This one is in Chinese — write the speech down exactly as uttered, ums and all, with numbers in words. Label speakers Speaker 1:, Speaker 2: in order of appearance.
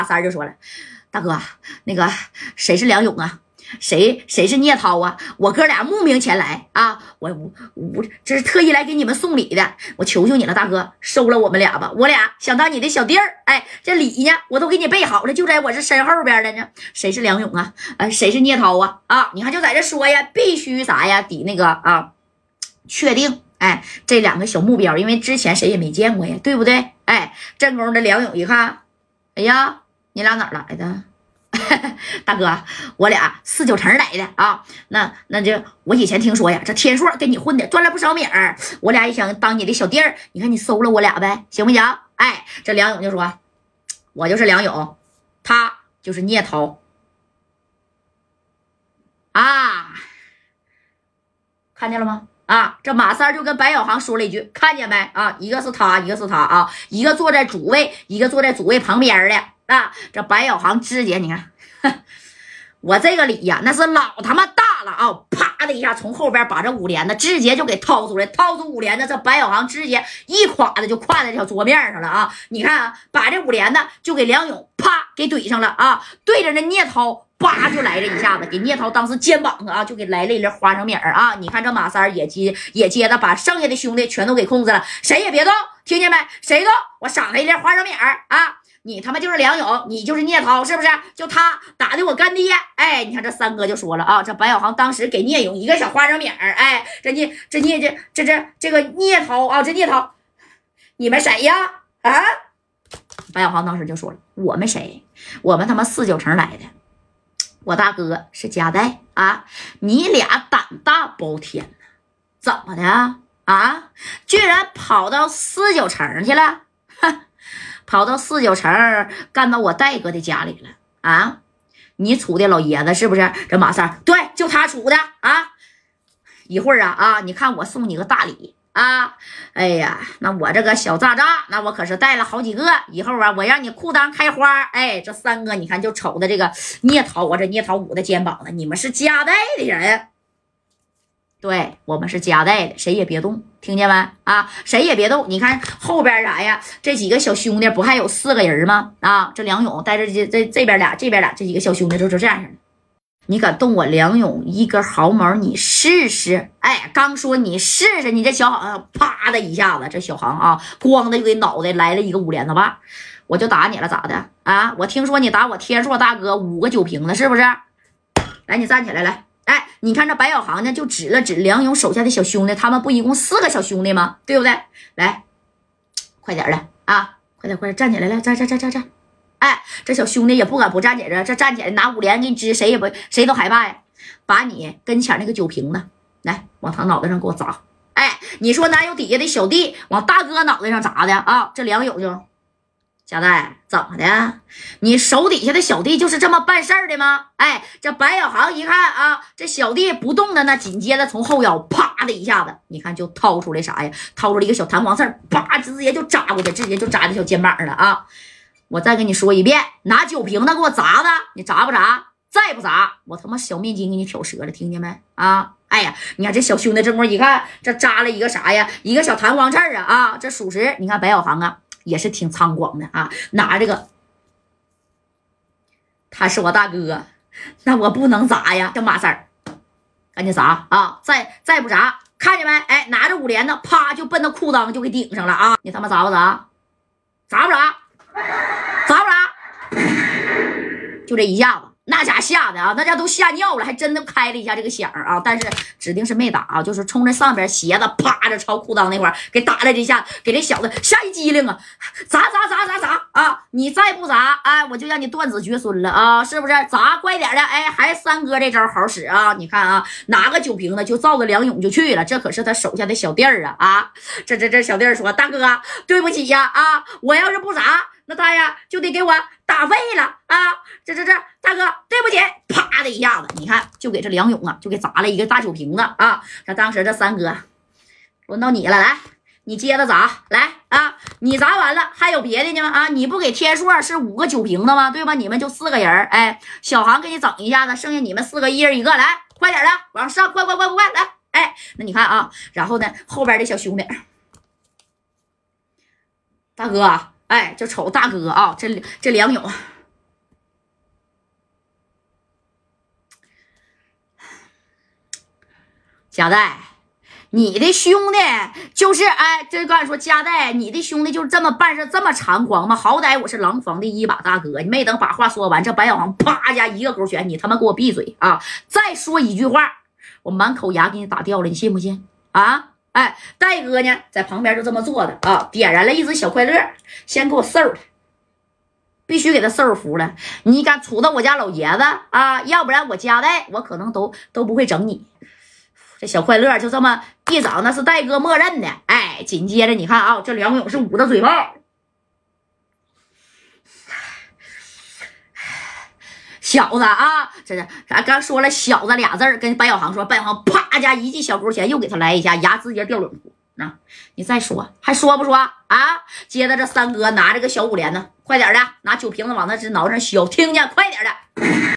Speaker 1: 大三就说了：“大哥，那个谁是梁勇啊？谁谁是聂涛啊？我哥俩慕名前来啊！我我我这是特意来给你们送礼的，我求求你了，大哥，收了我们俩吧，我俩想当你的小弟儿。哎，这礼呢，我都给你备好了，就在我这身后边的呢。谁是梁勇啊？呃，谁是聂涛啊？啊，你看就在这说呀，必须啥呀？抵那个啊，确定。”哎，这两个小目标，因为之前谁也没见过呀，对不对？哎，正宫的梁勇一看，哎呀，你俩哪儿来的？大哥，我俩四九城来的啊。那那就我以前听说呀，这天硕跟你混的，赚了不少米儿，我俩也想当你的小弟儿，你看你收了我俩呗，行不行？哎，这梁勇就说，我就是梁勇，他就是聂涛啊，看见了吗？啊，这马三就跟白小航说了一句：“看见没？啊，一个是他，一个是他啊，一个坐在主位，一个坐在主位旁边的啊。”这白小航直接，你看，我这个礼呀，那是老他妈大了啊！啪的一下，从后边把这五连的直接就给掏出来，掏出五连的，这白小航直接一垮的就跨在小桌面上了啊！你看啊，把这五连的就给梁勇啪给怼上了啊，对着那聂涛。叭就来这一下子，给聂涛当时肩膀啊就给来了一粒花生米儿啊！你看这马三也接也接着把剩下的兄弟全都给控制了，谁也别动，听见没？谁动我赏他一粒花生米儿啊！你他妈就是梁勇，你就是聂涛，是不是？就他打的我干爹！哎，你看这三哥就说了啊，这白小航当时给聂勇一个小花生米儿，哎，这聂这聂这这这这个聂涛啊，这聂涛，你们谁呀？啊！白小航当时就说了，我们谁？我们他妈四九城来的。我大哥是夹带啊，你俩胆大包天呢，怎么的啊？居然跑到四九城去了，哼，跑到四九城干到我戴哥的家里了啊？你处的老爷子是不是？这马三对，就他处的啊。一会儿啊啊，你看我送你个大礼啊！哎呀，那我这个小渣渣，那我可是带了好几个。以后啊，我让你裤裆开花。哎，这三个你看就瞅着这个聂涛啊，这聂涛捂的肩膀了。你们是夹带的人，对我们是夹带的，谁也别动，听见没？啊，谁也别动。你看后边啥呀？这几个小兄弟不还有四个人吗？啊，这梁勇带着这这这边俩，这边俩这几个小兄弟就就这样式的。你敢动我梁勇一根毫毛，你试试！哎，刚说你试试，你这小航啪的一下子，这小航啊，咣的就给脑袋来了一个五连子把，我就打你了，咋的啊？我听说你打我天硕大哥五个酒瓶子，是不是？来，你站起来，来，哎，你看这白小航呢，就指了指梁勇手下的小兄弟，他们不一共四个小兄弟吗？对不对？来，快点的啊，快点，快点站起来，来，站站站站站！哎，这小兄弟也不敢不站起来，这站起来拿五连给你支，谁也不谁都害怕呀！把你跟前那个酒瓶子来往他脑袋上给我砸！哎，你说哪有底下的小弟往大哥脑袋上砸的啊？这梁勇就夹带怎么的？你手底下的小弟就是这么办事儿的吗？哎，这白小航一看啊，这小弟不动的呢，紧接着从后腰啪的一下子，你看就掏出来啥呀？掏出来一个小弹簧刺，啪直接就扎过去，直接就扎在小肩膀上了啊！我再跟你说一遍，拿酒瓶子给我砸的，你砸不砸？再不砸，我他妈小面筋给你挑折了，听见没？啊！哎呀，你看这小兄弟这会儿一看，这扎了一个啥呀？一个小弹簧刺啊！啊，这属实，你看白小航啊，也是挺猖狂的啊，拿这个，他是我大哥，那我不能砸呀！这马三儿，赶紧砸啊！再再不砸，看见没？哎，拿着五连呢，啪就奔那裤裆就给顶上了啊！你他妈砸不砸？砸不砸？砸不砸？就这一下子，那家吓的啊，那家都吓尿了，还真的开了一下这个响啊，但是指定是没打啊，就是冲着上边鞋子啪着朝裤裆那块儿给打了这下，给这小子吓一激灵啊！砸砸砸砸砸啊！你再不砸，哎，我就让你断子绝孙了啊！是不是？砸快点的！哎，还三哥这招好使啊！你看啊，拿个酒瓶子就照着梁勇就去了，这可是他手下的小弟儿啊！啊，这这这小弟儿说：“大哥，对不起呀！啊，我要是不砸。”那他呀就得给我打废了啊！这这这，大哥对不起！啪的一下子，你看就给这梁勇啊，就给砸了一个大酒瓶子啊！这当时这三哥轮到你了，来，你接着砸，来啊！你砸完了还有别的呢吗？啊，你不给天硕是五个酒瓶子吗？对吧？你们就四个人，哎，小航给你整一下子，剩下你们四个一人一个，来，快点的往上，快快快快快来！哎，那你看啊，然后呢，后边的小兄弟，大哥。哎，就瞅大哥啊，这这梁勇加代，你的兄弟就是哎，这刚才说加代，你的兄弟就是这么办事这么猖狂吗？好歹我是廊坊的一把大哥，你没等把话说完，这白小航啪家一个勾拳，你他妈给我闭嘴啊！再说一句话，我满口牙给你打掉了，你信不信啊？哎，戴哥呢，在旁边就这么坐的啊，点燃了一只小快乐，先给我嗖他，必须给他嗖服了。你敢杵到我家老爷子啊？要不然我加代，我可能都都不会整你。这小快乐就这么一掌，那是戴哥默认的。哎，紧接着你看啊，这梁勇是捂着嘴巴，小子啊，这是咱刚说了小子俩字儿，跟白小航说，白小航啪家一记小勾拳，又给他来一下，牙直接掉冷库。啊，你再说还说不说啊？接着这三哥拿着个小五连呢，快点的，拿酒瓶子往他这脑袋上削，听见？快点的！